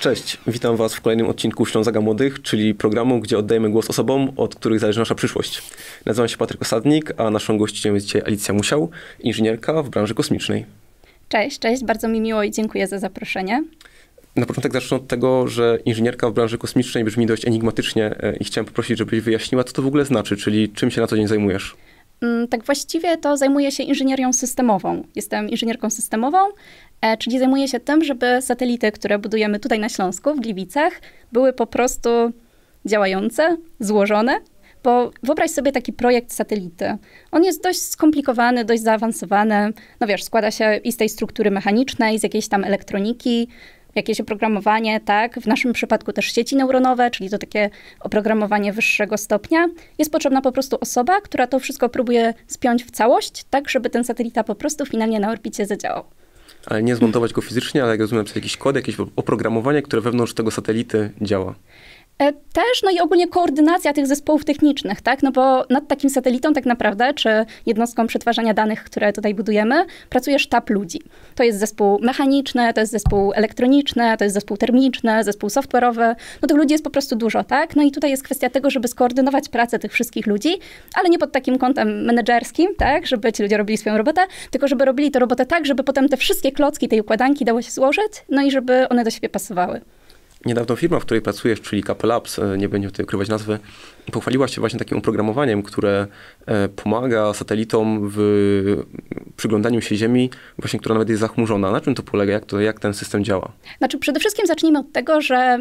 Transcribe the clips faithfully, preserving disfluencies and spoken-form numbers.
Cześć, witam Was w kolejnym odcinku Ślązaga Młodych, czyli programu, gdzie oddajemy głos osobom, od których zależy nasza przyszłość. Nazywam się Patryk Osadnik, a naszą gościnią jest dzisiaj Alicja Musiał, inżynierka w branży kosmicznej. Cześć, cześć, bardzo mi miło i dziękuję za zaproszenie. Na początek zacznę od tego, że inżynierka w branży kosmicznej brzmi dość enigmatycznie i chciałem poprosić, żebyś wyjaśniła, co to w ogóle znaczy, czyli czym się na co dzień zajmujesz. Tak właściwie to zajmuję się inżynierią systemową. Jestem inżynierką systemową, czyli zajmuję się tym, żeby satelity, które budujemy tutaj na Śląsku, w Gliwicach, były po prostu działające, złożone. Bo wyobraź sobie taki projekt satelity. On jest dość skomplikowany, dość zaawansowany. No wiesz, składa się i z tej struktury mechanicznej, z jakiejś tam elektroniki, jakieś oprogramowanie, tak? W naszym przypadku też sieci neuronowe, czyli to takie oprogramowanie wyższego stopnia. Jest potrzebna po prostu osoba, która to wszystko próbuje spiąć w całość, tak żeby ten satelita po prostu finalnie na orbicie zadziałał. Ale nie zmontować go fizycznie, ale jak rozumiem, to jest jakiś kod, jakieś oprogramowanie, które wewnątrz tego satelity działa. Też, no i ogólnie koordynacja tych zespołów technicznych, tak? No bo nad takim satelitą tak naprawdę, czy jednostką przetwarzania danych, które tutaj budujemy, pracuje sztab ludzi. To jest zespół mechaniczny, to jest zespół elektroniczny, to jest zespół termiczny, zespół software'owy. No tych ludzi jest po prostu dużo, tak? No i tutaj jest kwestia tego, żeby skoordynować pracę tych wszystkich ludzi, ale nie pod takim kątem menedżerskim, tak? Żeby ci ludzie robili swoją robotę, tylko żeby robili tę robotę tak, żeby potem te wszystkie klocki tej układanki dało się złożyć, no i żeby one do siebie pasowały. Niedawno firma, w której pracujesz, czyli K P Labs, nie będziemy tutaj ukrywać nazwy, pochwaliła się właśnie takim oprogramowaniem, które pomaga satelitom w przyglądaniu się Ziemi, właśnie która nawet jest zachmurzona. Na czym to polega? Jak, to, jak ten system działa? Znaczy, przede wszystkim zacznijmy od tego, że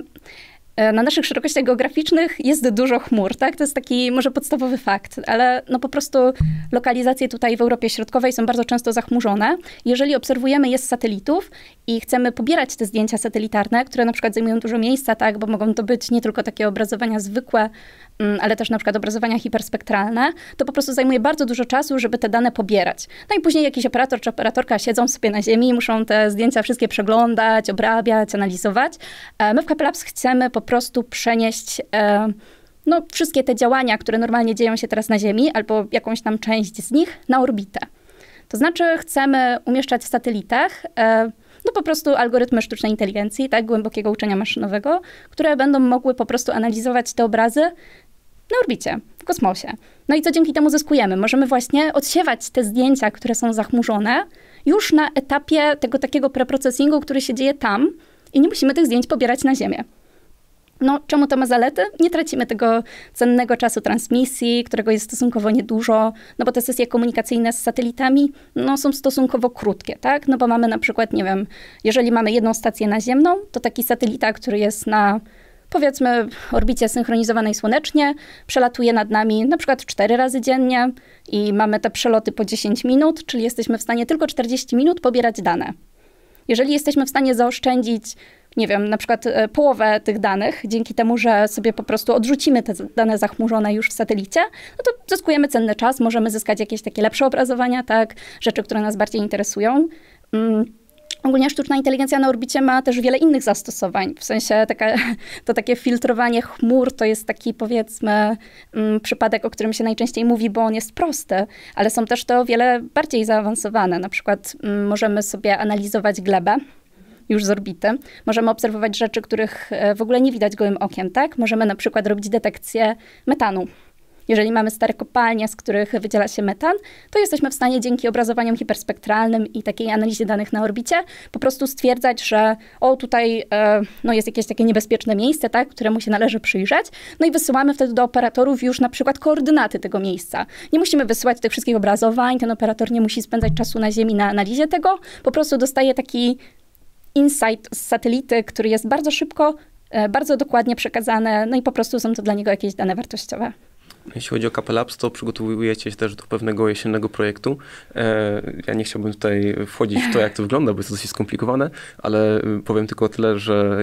na naszych szerokościach geograficznych jest dużo chmur, tak? To jest taki może podstawowy fakt, ale no po prostu lokalizacje tutaj w Europie Środkowej są bardzo często zachmurzone. Jeżeli obserwujemy je z satelitów i chcemy pobierać te zdjęcia satelitarne, które na przykład zajmują dużo miejsca, tak? Bo mogą to być nie tylko takie obrazowania zwykłe, ale też na przykład obrazowania hiperspektralne, to po prostu zajmuje bardzo dużo czasu, żeby te dane pobierać. No i później jakiś operator czy operatorka siedzą sobie na Ziemi, muszą te zdjęcia wszystkie przeglądać, obrabiać, analizować. My w K P Labs chcemy po prostu przenieść no, wszystkie te działania, które normalnie dzieją się teraz na Ziemi, albo jakąś tam część z nich na orbitę. To znaczy chcemy umieszczać w satelitach no po prostu algorytmy sztucznej inteligencji, tak, głębokiego uczenia maszynowego, które będą mogły po prostu analizować te obrazy na orbicie, w kosmosie. No i co dzięki temu zyskujemy? Możemy właśnie odsiewać te zdjęcia, które są zachmurzone, już na etapie tego takiego preprocesingu, który się dzieje tam i nie musimy tych zdjęć pobierać na Ziemię. No, czemu to ma zalety? Nie tracimy tego cennego czasu transmisji, którego jest stosunkowo niedużo, no bo te sesje komunikacyjne z satelitami, no, są stosunkowo krótkie, tak? No bo mamy na przykład, nie wiem, jeżeli mamy jedną stację naziemną, to taki satelita, który jest na, powiedzmy, orbicie synchronizowanej słonecznie, przelatuje nad nami na przykład cztery razy dziennie i mamy te przeloty po dziesięć minut, czyli jesteśmy w stanie tylko czterdzieści minut pobierać dane. Jeżeli jesteśmy w stanie zaoszczędzić, nie wiem, na przykład połowę tych danych, dzięki temu, że sobie po prostu odrzucimy te dane zachmurzone już w satelicie, no to zyskujemy cenny czas, możemy zyskać jakieś takie lepsze obrazowania, tak, rzeczy, które nas bardziej interesują. Mm. Ogólnie sztuczna inteligencja na orbicie ma też wiele innych zastosowań. W sensie taka, to takie filtrowanie chmur to jest taki, powiedzmy, um, przypadek, o którym się najczęściej mówi, bo on jest prosty, ale są też to o wiele bardziej zaawansowane. Na przykład um, możemy sobie analizować glebę już z orbity. Możemy obserwować rzeczy, których w ogóle nie widać gołym okiem, tak? Możemy na przykład robić detekcję metanu. Jeżeli mamy stare kopalnie, z których wydziela się metan, to jesteśmy w stanie dzięki obrazowaniom hiperspektralnym i takiej analizie danych na orbicie po prostu stwierdzać, że o tutaj e, no jest jakieś takie niebezpieczne miejsce, tak, któremu się należy przyjrzeć. No i wysyłamy wtedy do operatorów już na przykład koordynaty tego miejsca. Nie musimy wysyłać tych wszystkich obrazowań, ten operator nie musi spędzać czasu na Ziemi na analizie tego, po prostu dostaje taki insight z satelity, który jest bardzo szybko, e, bardzo dokładnie przekazany, no i po prostu są to dla niego jakieś dane wartościowe. Jeśli chodzi o K P Labs, to przygotowujecie się też do pewnego jesiennego projektu. Ja nie chciałbym tutaj wchodzić w to, jak to wygląda, bo jest to dosyć skomplikowane, ale powiem tylko tyle, że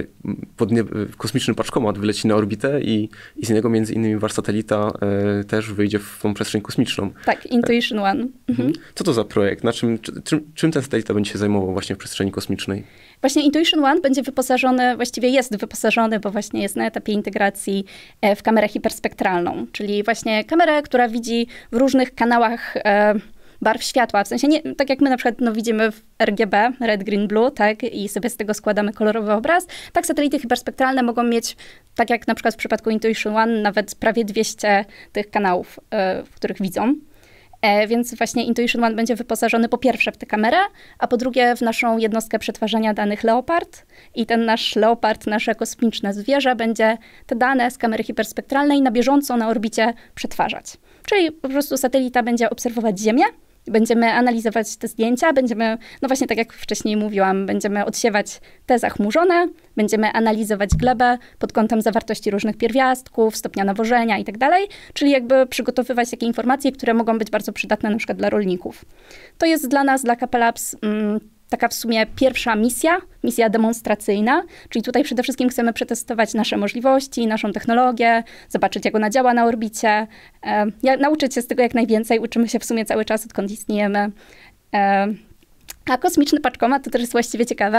kosmiczny paczkomat wyleci na orbitę i, i z niego między innymi wasz satelita też wyjdzie w tą przestrzeń kosmiczną. Tak, Intuition One. Mhm. Co to za projekt? Na czym, czym, czym ten satelita będzie się zajmował właśnie w przestrzeni kosmicznej? Właśnie Intuition One będzie wyposażony, właściwie jest wyposażony, bo właśnie jest na etapie integracji w kamerę hiperspektralną, czyli właśnie kamerę, która widzi w różnych kanałach barw światła. W sensie, nie, tak jak my na przykład no, widzimy w R G B, red, green, blue, tak, i sobie z tego składamy kolorowy obraz, tak satelity hiperspektralne mogą mieć, tak jak na przykład w przypadku Intuition One, nawet prawie dwieście tych kanałów, y, w których widzą. E, więc właśnie Intuition One będzie wyposażony po pierwsze w tę kamerę, a po drugie w naszą jednostkę przetwarzania danych Leopard. I ten nasz Leopard, nasze kosmiczne zwierzę, będzie te dane z kamery hiperspektralnej na bieżąco na orbicie przetwarzać. Czyli po prostu satelita będzie obserwować Ziemię, będziemy analizować te zdjęcia, będziemy, no właśnie tak jak wcześniej mówiłam, będziemy odsiewać te zachmurzone, będziemy analizować glebę pod kątem zawartości różnych pierwiastków, stopnia nawożenia i tak dalej, czyli jakby przygotowywać takie informacje, które mogą być bardzo przydatne na przykład dla rolników. To jest dla nas, dla K P Labs, mm, taka w sumie pierwsza misja, misja demonstracyjna, czyli tutaj przede wszystkim chcemy przetestować nasze możliwości, naszą technologię, zobaczyć jak ona działa na orbicie, e, ja, nauczyć się z tego jak najwięcej, uczymy się w sumie cały czas, odkąd istniejemy. E, a kosmiczny paczkomat to też jest właściwie ciekawe,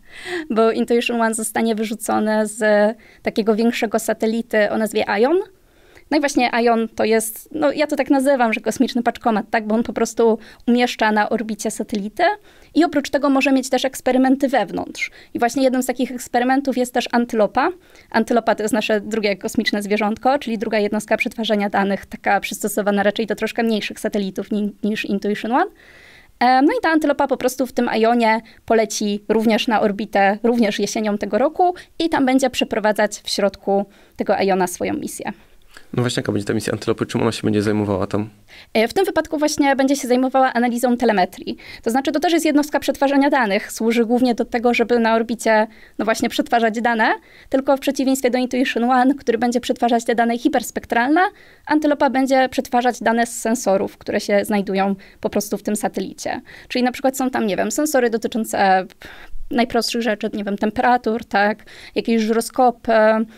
bo Intuition One zostanie wyrzucony z takiego większego satelity o nazwie Ion. No i właśnie Ion to jest, no ja to tak nazywam, że kosmiczny paczkomat, tak, bo on po prostu umieszcza na orbicie satelity i oprócz tego może mieć też eksperymenty wewnątrz. I właśnie jednym z takich eksperymentów jest też Antylopa. Antylopa to jest nasze drugie kosmiczne zwierzątko, czyli druga jednostka przetwarzania danych, taka przystosowana raczej do troszkę mniejszych satelitów ni- niż Intuition One. No i ta Antylopa po prostu w tym Ionie poleci również na orbitę, również jesienią tego roku i tam będzie przeprowadzać w środku tego Iona swoją misję. No właśnie, jaka będzie ta misja Antylopy? Czym ona się będzie zajmowała tam? W tym wypadku właśnie będzie się zajmowała analizą telemetrii. To znaczy, to też jest jednostka przetwarzania danych. Służy głównie do tego, żeby na orbicie, no właśnie, przetwarzać dane. Tylko w przeciwieństwie do Intuition One, który będzie przetwarzać te dane hiperspektralne, Antylopa będzie przetwarzać dane z sensorów, które się znajdują po prostu w tym satelicie. Czyli na przykład są tam, nie wiem, sensory dotyczące najprostszych rzeczy, nie wiem, temperatur, tak, jakieś żyroskopy,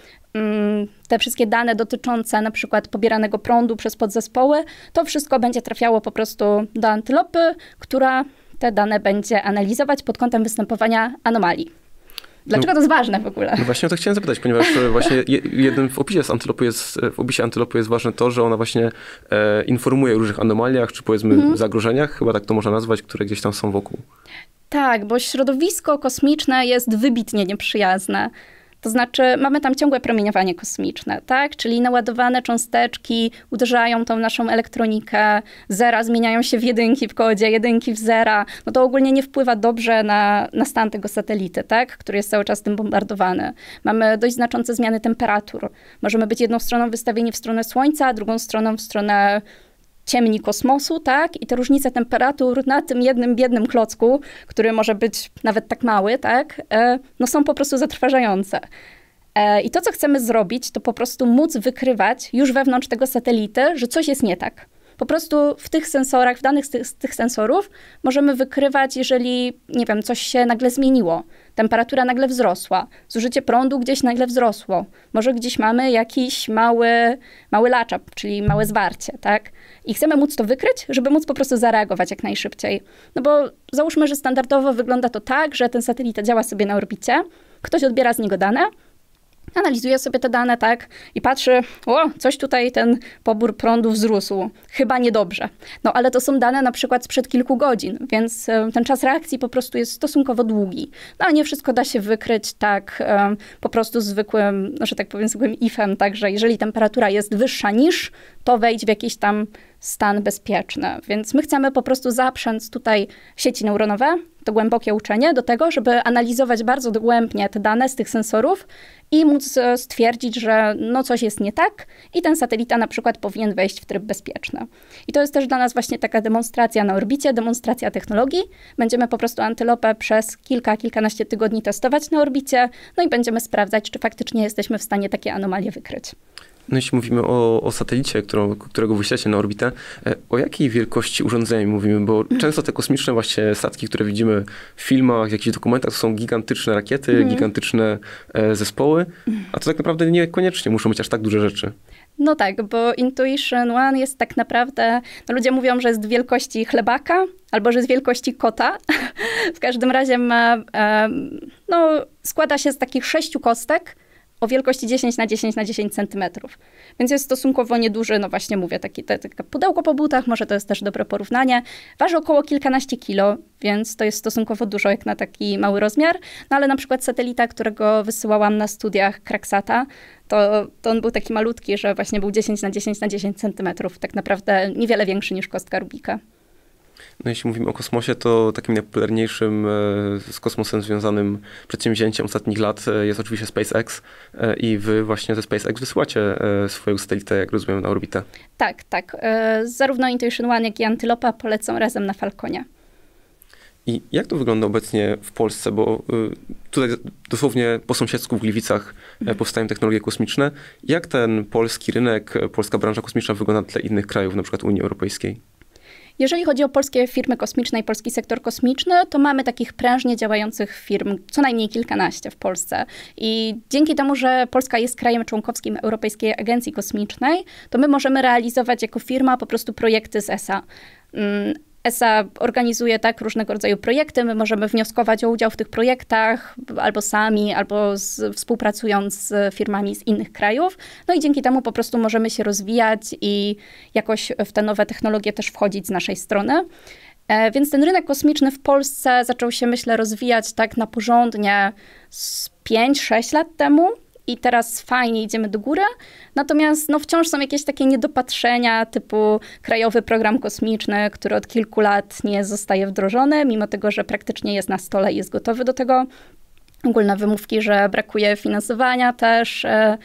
te wszystkie dane dotyczące na przykład pobieranego prądu przez podzespoły, to wszystko będzie trafiało po prostu do Antylopy, która te dane będzie analizować pod kątem występowania anomalii. Dlaczego no, to jest ważne w ogóle? No właśnie o to chciałem zapytać, ponieważ właśnie jednym w opisie Antylopy jest, w opisie Antylopy jest ważne to, że ona właśnie e, informuje o różnych anomaliach, czy powiedzmy mhm. zagrożeniach, chyba tak to można nazwać, które gdzieś tam są wokół. Tak, bo środowisko kosmiczne jest wybitnie nieprzyjazne. To znaczy mamy tam ciągłe promieniowanie kosmiczne, tak? Czyli naładowane cząsteczki uderzają tą naszą elektronikę, zera zmieniają się w jedynki w kodzie, jedynki w zera. No to ogólnie nie wpływa dobrze na, na stan tego satelity, tak? Który jest cały czas tym bombardowany. Mamy dość znaczące zmiany temperatur. Możemy być jedną stroną wystawieni w stronę Słońca, a drugą stroną w stronę ciemni kosmosu, tak? I te różnice temperatur na tym jednym biednym klocku, który może być nawet tak mały, tak? No są po prostu zatrważające. I to, co chcemy zrobić, to po prostu móc wykrywać już wewnątrz tego satelity, że coś jest nie tak. Po prostu w tych sensorach, w danych z tych, z tych sensorów możemy wykrywać, jeżeli, nie wiem, coś się nagle zmieniło. Temperatura nagle wzrosła, zużycie prądu gdzieś nagle wzrosło. Może gdzieś mamy jakiś mały, mały latch-up, czyli małe zwarcie, tak? I chcemy móc to wykryć, żeby móc po prostu zareagować jak najszybciej. No bo załóżmy, że standardowo wygląda to tak, że ten satelita działa sobie na orbicie, ktoś odbiera z niego dane, analizuje sobie te dane, tak, i patrzy, o, coś tutaj ten pobór prądu wzrósł, chyba niedobrze. No ale to są dane na przykład sprzed kilku godzin, więc ten czas reakcji po prostu jest stosunkowo długi. No a nie wszystko da się wykryć tak um, po prostu zwykłym, no, że tak powiem, zwykłym ifem, tak, że jeżeli temperatura jest wyższa niż, to wejdź w jakiś tam stan bezpieczny. Więc my chcemy po prostu zaprzęc tutaj sieci neuronowe, to głębokie uczenie do tego, żeby analizować bardzo dogłębnie te dane z tych sensorów i móc stwierdzić, że no coś jest nie tak i ten satelita na przykład powinien wejść w tryb bezpieczny. I to jest też dla nas właśnie taka demonstracja na orbicie, demonstracja technologii. Będziemy po prostu Antylopę przez kilka, kilkanaście tygodni testować na orbicie, no i będziemy sprawdzać, czy faktycznie jesteśmy w stanie takie anomalie wykryć. No jeśli mówimy o, o satelicie, którą, którego wyślecie na orbitę, o jakiej wielkości urządzenia mówimy? Bo często te kosmiczne właśnie statki, które widzimy w filmach, w jakichś dokumentach, to są gigantyczne rakiety, mm. gigantyczne e, zespoły, a to tak naprawdę niekoniecznie muszą być aż tak duże rzeczy. No tak, bo Intuition One jest tak naprawdę, no ludzie mówią, że jest wielkości chlebaka, albo że jest wielkości kota. W każdym razie ma, e, no składa się z takich sześciu kostek, o wielkości dziesięć na dziesięć na dziesięć centymetrów. Więc jest stosunkowo nieduży, no właśnie mówię, taki, te, takie pudełko po butach, może to jest też dobre porównanie. Waży około kilkanaście kilo, więc to jest stosunkowo dużo jak na taki mały rozmiar. No ale na przykład satelita, którego wysyłałam na studiach Cracksata, to, to on był taki malutki, że właśnie był dziesięć na dziesięć na dziesięć centymetrów. Tak naprawdę niewiele większy niż kostka Rubika. No jeśli mówimy o kosmosie, to takim najpopularniejszym z kosmosem związanym przedsięwzięciem ostatnich lat jest oczywiście SpaceX i wy właśnie ze SpaceX wysyłacie swoją satelitę, jak rozumiem, na orbitę. Tak, tak. Zarówno Intuition One, jak i Antylopa polecą razem na Falconie. I jak to wygląda obecnie w Polsce? Bo tutaj dosłownie po sąsiedzku w Gliwicach powstają technologie kosmiczne. Jak ten polski rynek, polska branża kosmiczna wygląda na tle innych krajów, na przykład Unii Europejskiej? Jeżeli chodzi o polskie firmy kosmiczne i polski sektor kosmiczny, to mamy takich prężnie działających firm co najmniej kilkanaście w Polsce. I dzięki temu, że Polska jest krajem członkowskim Europejskiej Agencji Kosmicznej, to my możemy realizować jako firma po prostu projekty z E S A. E S A organizuje tak różnego rodzaju projekty, my możemy wnioskować o udział w tych projektach albo sami, albo z, współpracując z firmami z innych krajów. No i dzięki temu po prostu możemy się rozwijać i jakoś w te nowe technologie też wchodzić z naszej strony. E, więc ten rynek kosmiczny w Polsce zaczął się, myślę, rozwijać tak na porządnie z pięć sześć lat temu. I teraz fajnie idziemy do góry, natomiast no, wciąż są jakieś takie niedopatrzenia typu Krajowy Program Kosmiczny, który od kilku lat nie zostaje wdrożony, mimo tego, że praktycznie jest na stole i jest gotowy do tego. Ogólne wymówki, że brakuje finansowania też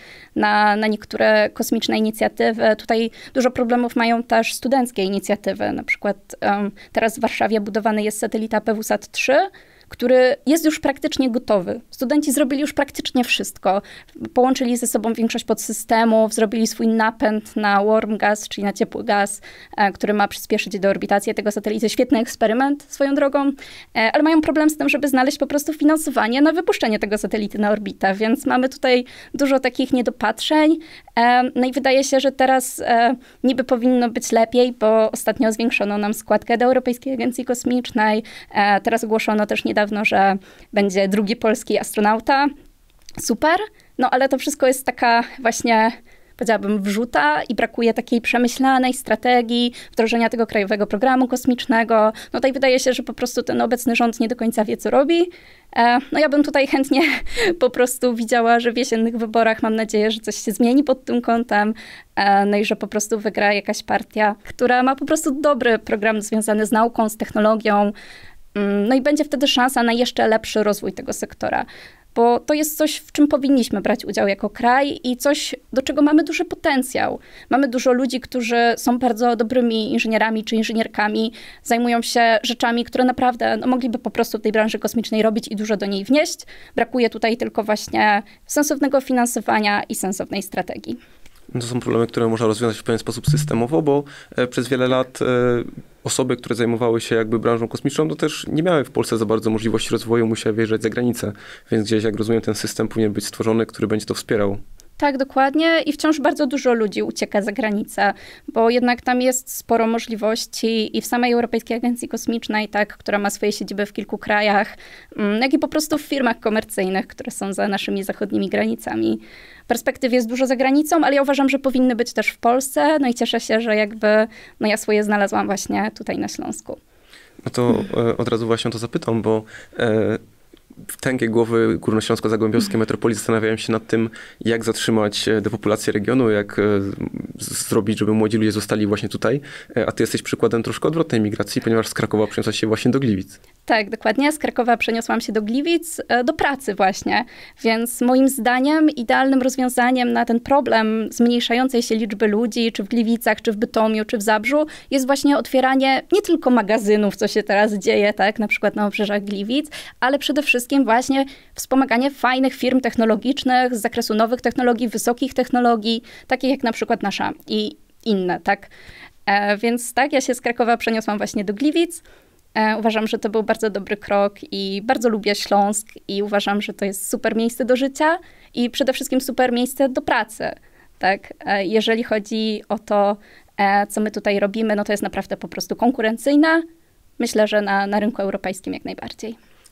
na, na niektóre kosmiczne inicjatywy. Tutaj dużo problemów mają też studenckie inicjatywy. Na przykład um, teraz w Warszawie budowany jest satelita PeWSat trzy, który jest już praktycznie gotowy. Studenci zrobili już praktycznie wszystko. Połączyli ze sobą większość podsystemów, zrobili swój napęd na warm gas, czyli na ciepły gaz, który ma przyspieszyć deorbitację tego satelity. Świetny eksperyment swoją drogą, ale mają problem z tym, żeby znaleźć po prostu finansowanie na wypuszczenie tego satelity na orbitę, więc mamy tutaj dużo takich niedopatrzeń. No i wydaje się, że teraz niby powinno być lepiej, bo ostatnio zwiększono nam składkę do Europejskiej Agencji Kosmicznej. Teraz ogłoszono też niedawno, że będzie drugi polski astronauta. Super, no ale to wszystko jest taka właśnie, powiedziałabym, wrzuta i brakuje takiej przemyślanej strategii wdrożenia tego krajowego programu kosmicznego. No tutaj wydaje się, że po prostu ten obecny rząd nie do końca wie, co robi. No ja bym tutaj chętnie po prostu widziała, że w jesiennych wyborach, mam nadzieję, że coś się zmieni pod tym kątem, no i że po prostu wygra jakaś partia, która ma po prostu dobry program związany z nauką, z technologią. No i będzie wtedy szansa na jeszcze lepszy rozwój tego sektora, bo to jest coś, w czym powinniśmy brać udział jako kraj i coś, do czego mamy duży potencjał. Mamy dużo ludzi, którzy są bardzo dobrymi inżynierami czy inżynierkami, zajmują się rzeczami, które naprawdę no, mogliby po prostu w tej branży kosmicznej robić i dużo do niej wnieść. Brakuje tutaj tylko właśnie sensownego finansowania i sensownej strategii. To są problemy, które można rozwiązać w pewien sposób systemowo, bo przez wiele lat osoby, które zajmowały się jakby branżą kosmiczną, to też nie miały w Polsce za bardzo możliwości rozwoju, musiały wyjeżdżać za granicę. Więc gdzieś, jak rozumiem, ten system powinien być stworzony, który będzie to wspierał. Tak, dokładnie. I wciąż bardzo dużo ludzi ucieka za granicę, bo jednak tam jest sporo możliwości i w samej Europejskiej Agencji Kosmicznej, tak, która ma swoje siedziby w kilku krajach, jak i po prostu w firmach komercyjnych, które są za naszymi zachodnimi granicami. Perspektyw jest dużo za granicą, ale ja uważam, że powinny być też w Polsce. No i cieszę się, że jakby no ja swoje znalazłam właśnie tutaj na Śląsku. No to e, od razu właśnie o to zapytam, bo e, tęgie głowy górnośląsko-zagłębiowskie metropolii zastanawiają się nad tym, jak zatrzymać depopulację regionu, jak zrobić, żeby młodzi ludzie zostali właśnie tutaj. A ty jesteś przykładem troszkę odwrotnej migracji, ponieważ z Krakowa przeniosłaś się właśnie do Gliwic. Tak, dokładnie. Z Krakowa przeniosłam się do Gliwic, do pracy właśnie. Więc moim zdaniem idealnym rozwiązaniem na ten problem zmniejszającej się liczby ludzi, czy w Gliwicach, czy w Bytomiu, czy w Zabrzu, jest właśnie otwieranie nie tylko magazynów, co się teraz dzieje, tak, na przykład na obrzeżach Gliwic, ale przede wszystkim właśnie wspomaganie fajnych firm technologicznych z zakresu nowych technologii, wysokich technologii, takich jak na przykład nasza i inne, tak. E, więc tak, ja się z Krakowa przeniosłam właśnie do Gliwic. E, uważam, że to był bardzo dobry krok i bardzo lubię Śląsk i uważam, że to jest super miejsce do życia i przede wszystkim super miejsce do pracy, tak. E, jeżeli chodzi o to, e, co my tutaj robimy, no to jest naprawdę po prostu konkurencyjne. Myślę, że na, na rynku europejskim jak najbardziej.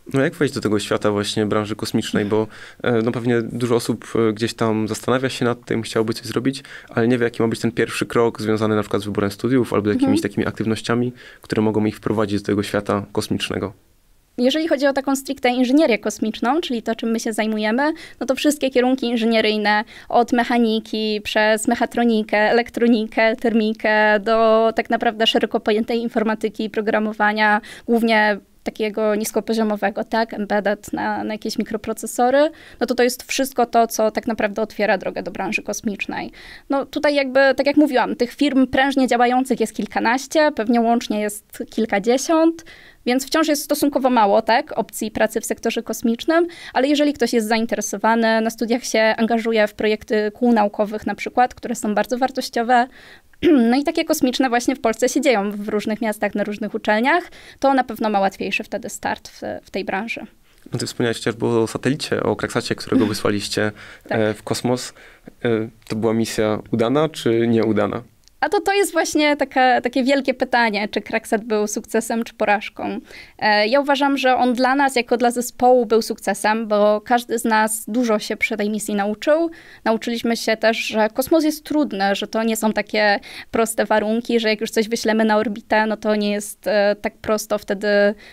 No jak wejść do tego świata właśnie branży kosmicznej, bo no pewnie dużo osób gdzieś tam zastanawia się nad tym, chciałoby coś zrobić, ale nie wie, jaki ma być ten pierwszy krok związany na przykład z wyborem studiów albo jakimiś mhm. takimi aktywnościami, które mogą ich wprowadzić do tego świata kosmicznego. Jeżeli chodzi o taką stricte inżynierię kosmiczną, czyli to, czym my się zajmujemy, no to wszystkie kierunki inżynieryjne, od mechaniki, przez mechatronikę, elektronikę, termikę, do tak naprawdę szeroko pojętej informatyki, programowania, głównie takiego niskopoziomowego, tak, embedded na, na jakieś mikroprocesory, no to to jest wszystko to, co tak naprawdę otwiera drogę do branży kosmicznej. No tutaj jakby, tak jak mówiłam, tych firm prężnie działających jest kilkanaście, pewnie łącznie jest kilkadziesiąt, więc wciąż jest stosunkowo mało, tak, opcji pracy w sektorze kosmicznym, ale jeżeli ktoś jest zainteresowany, na studiach się angażuje w projekty kół naukowych na przykład, które są bardzo wartościowe, no i takie kosmiczne właśnie w Polsce się dzieją w różnych miastach, na różnych uczelniach, to na pewno ma łatwiejszy wtedy start w, w tej branży. No ty wspomniałeś chociażby o satelicie, o Cracksacie, którego wysłaliście tak. w kosmos. To była misja udana czy nieudana? A to to jest właśnie taka, takie wielkie pytanie, czy Cracksat był sukcesem, czy porażką. Ja uważam, że on dla nas, jako dla zespołu, był sukcesem, bo każdy z nas dużo się przy tej misji nauczył. Nauczyliśmy się też, że kosmos jest trudny, że to nie są takie proste warunki, że jak już coś wyślemy na orbitę, no to nie jest tak prosto wtedy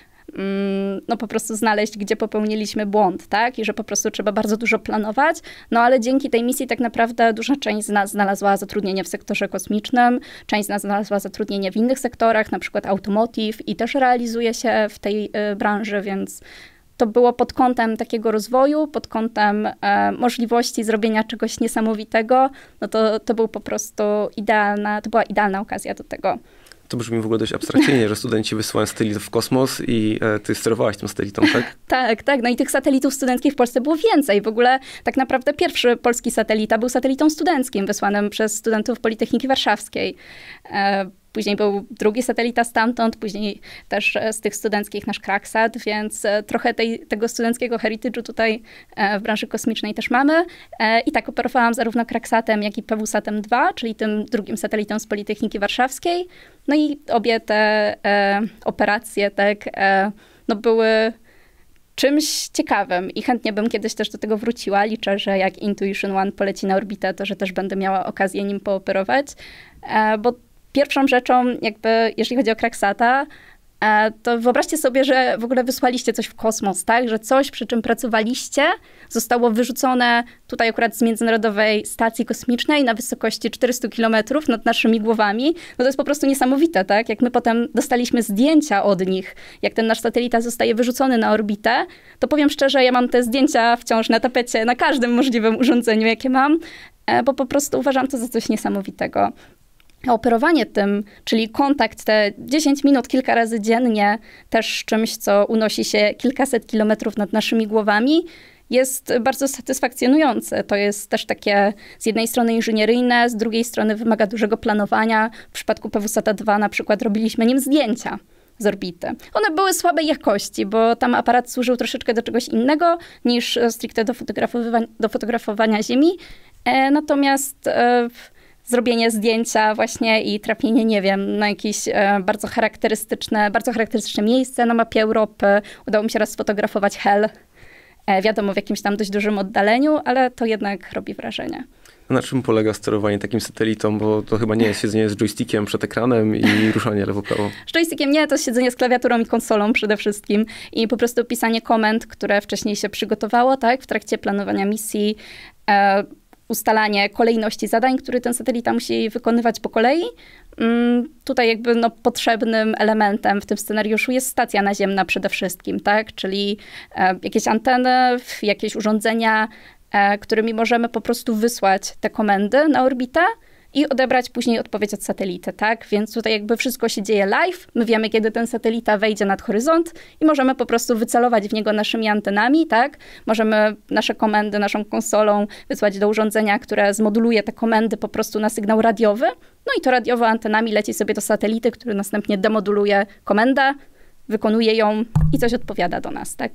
no po prostu znaleźć, gdzie popełniliśmy błąd, tak? I że po prostu trzeba bardzo dużo planować. No ale dzięki tej misji tak naprawdę duża część z nas znalazła zatrudnienie w sektorze kosmicznym, część z nas znalazła zatrudnienie w innych sektorach, na przykład automotive i też realizuje się w tej y, branży, więc to było pod kątem takiego rozwoju, pod kątem e, możliwości zrobienia czegoś niesamowitego, no to, to był po prostu idealna, to była idealna okazja do tego. To brzmi w ogóle dość abstrakcyjnie, że studenci wysyłają satelitów w kosmos i e, ty sterowałaś tym satelitą, tak? Tak, tak. No i tych satelitów studenckich w Polsce było więcej. W ogóle tak naprawdę pierwszy polski satelita był satelitą studenckim wysłanym przez studentów Politechniki Warszawskiej. E, Później był drugi satelita stamtąd, później też z tych studenckich nasz Cracksat, więc trochę tej, tego studenckiego heritage'u tutaj w branży kosmicznej też mamy. I tak operowałam zarówno Cracksatem, jak i PewSatem dwa, czyli tym drugim satelitą z Politechniki Warszawskiej. No i obie te e, operacje tak, e, no były czymś ciekawym i chętnie bym kiedyś też do tego wróciła. Liczę, że jak Intuition One poleci na orbitę, to że też będę miała okazję nim pooperować, e, bo pierwszą rzeczą, jakby, jeżeli chodzi o Cracksata, to wyobraźcie sobie, że w ogóle wysłaliście coś w kosmos, tak? Że coś, przy czym pracowaliście, zostało wyrzucone tutaj akurat z Międzynarodowej Stacji Kosmicznej na wysokości czterysta kilometrów nad naszymi głowami. No to jest po prostu niesamowite, tak? Jak my potem dostaliśmy zdjęcia od nich, jak ten nasz satelita zostaje wyrzucony na orbitę, to powiem szczerze, ja mam te zdjęcia wciąż na tapecie, na każdym możliwym urządzeniu, jakie mam, bo po prostu uważam to za coś niesamowitego. Operowanie tym, czyli kontakt te dziesięć minut kilka razy dziennie, też czymś, co unosi się kilkaset kilometrów nad naszymi głowami, jest bardzo satysfakcjonujące. To jest też takie z jednej strony inżynieryjne, z drugiej strony wymaga dużego planowania. W przypadku PewSata dwa na przykład robiliśmy nim zdjęcia z orbity. One były słabej jakości, bo tam aparat służył troszeczkę do czegoś innego niż stricte do fotografowania, do fotografowania Ziemi. E, natomiast e, zrobienie zdjęcia właśnie i trafienie, nie wiem, na jakieś e, bardzo charakterystyczne, bardzo charakterystyczne miejsce na mapie Europy. Udało mi się raz sfotografować Hel, e, wiadomo, w jakimś tam dość dużym oddaleniu, ale to jednak robi wrażenie. A na czym polega sterowanie takim satelitą? Bo to chyba nie jest siedzenie z joystickiem przed ekranem i ruszanie lewo-prawo. Z joystickiem nie, to jest siedzenie z klawiaturą i konsolą przede wszystkim i po prostu pisanie komend, które wcześniej się przygotowało, tak, w trakcie planowania misji, e, ustalanie kolejności zadań, które ten satelita musi wykonywać po kolei. Tutaj jakby no, potrzebnym elementem w tym scenariuszu jest stacja naziemna przede wszystkim, tak? Czyli e, jakieś anteny, jakieś urządzenia, e, którymi możemy po prostu wysłać te komendy na orbitę i odebrać później odpowiedź od satelity, tak? Więc tutaj jakby wszystko się dzieje live, my wiemy, kiedy ten satelita wejdzie nad horyzont i możemy po prostu wycelować w niego naszymi antenami, tak? Możemy nasze komendy, naszą konsolą wysłać do urządzenia, które zmoduluje te komendy po prostu na sygnał radiowy, no i to radiowo antenami leci sobie do satelity, który następnie demoduluje komendę, wykonuje ją i coś odpowiada do nas, tak?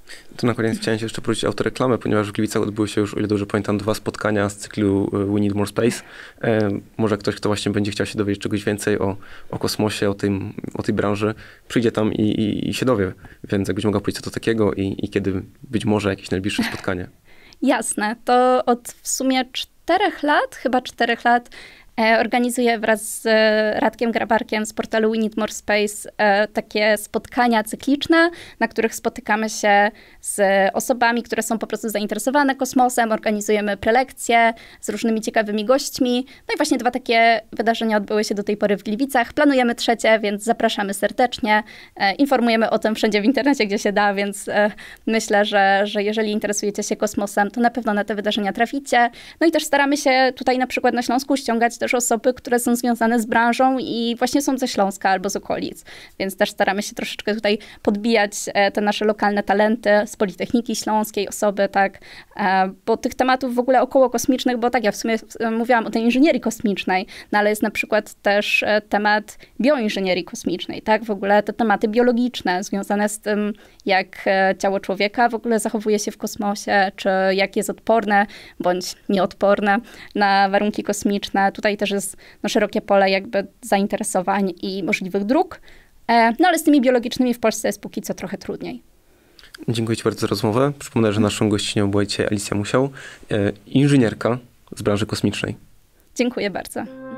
To na koniec chciałem się jeszcze prosić o autoreklamę, ponieważ w Gliwicach odbyły się już, o ile dobrze pamiętam, dwa spotkania z cyklu We Need More Space. E, może ktoś, kto właśnie będzie chciał się dowiedzieć czegoś więcej o, o kosmosie, o, tym, o tej branży, przyjdzie tam i, i, i się dowie. Więc jakbyś mogła powiedzieć, co to takiego i, i kiedy być może jakieś najbliższe spotkanie. Jasne. To od w sumie czterech lat, chyba czterech lat, organizuję wraz z Radkiem Grabarkiem z portalu We Need More Space takie spotkania cykliczne, na których spotykamy się z osobami, które są po prostu zainteresowane kosmosem, organizujemy prelekcje z różnymi ciekawymi gośćmi. No i właśnie dwa takie wydarzenia odbyły się do tej pory w Gliwicach. Planujemy trzecie, więc zapraszamy serdecznie. Informujemy o tym wszędzie w internecie, gdzie się da, więc myślę, że, że jeżeli interesujecie się kosmosem, to na pewno na te wydarzenia traficie. No i też staramy się tutaj na przykład na Śląsku ściągać też osoby, które są związane z branżą i właśnie są ze Śląska albo z okolic. Więc też staramy się troszeczkę tutaj podbijać te nasze lokalne talenty z Politechniki Śląskiej, osoby, tak, bo tych tematów w ogóle około kosmicznych, bo tak, ja w sumie mówiłam o tej inżynierii kosmicznej, no ale jest na przykład też temat bioinżynierii kosmicznej, tak, w ogóle te tematy biologiczne związane z tym, jak ciało człowieka w ogóle zachowuje się w kosmosie, czy jak jest odporne, bądź nieodporne na warunki kosmiczne. Tutaj też jest no, szerokie pole jakby zainteresowań i możliwych dróg, no ale z tymi biologicznymi w Polsce jest póki co trochę trudniej. Dziękuję Ci bardzo za rozmowę. Przypomnę, że naszą gościnią była dzisiaj Alicja Musiał, inżynierka z branży kosmicznej. Dziękuję bardzo.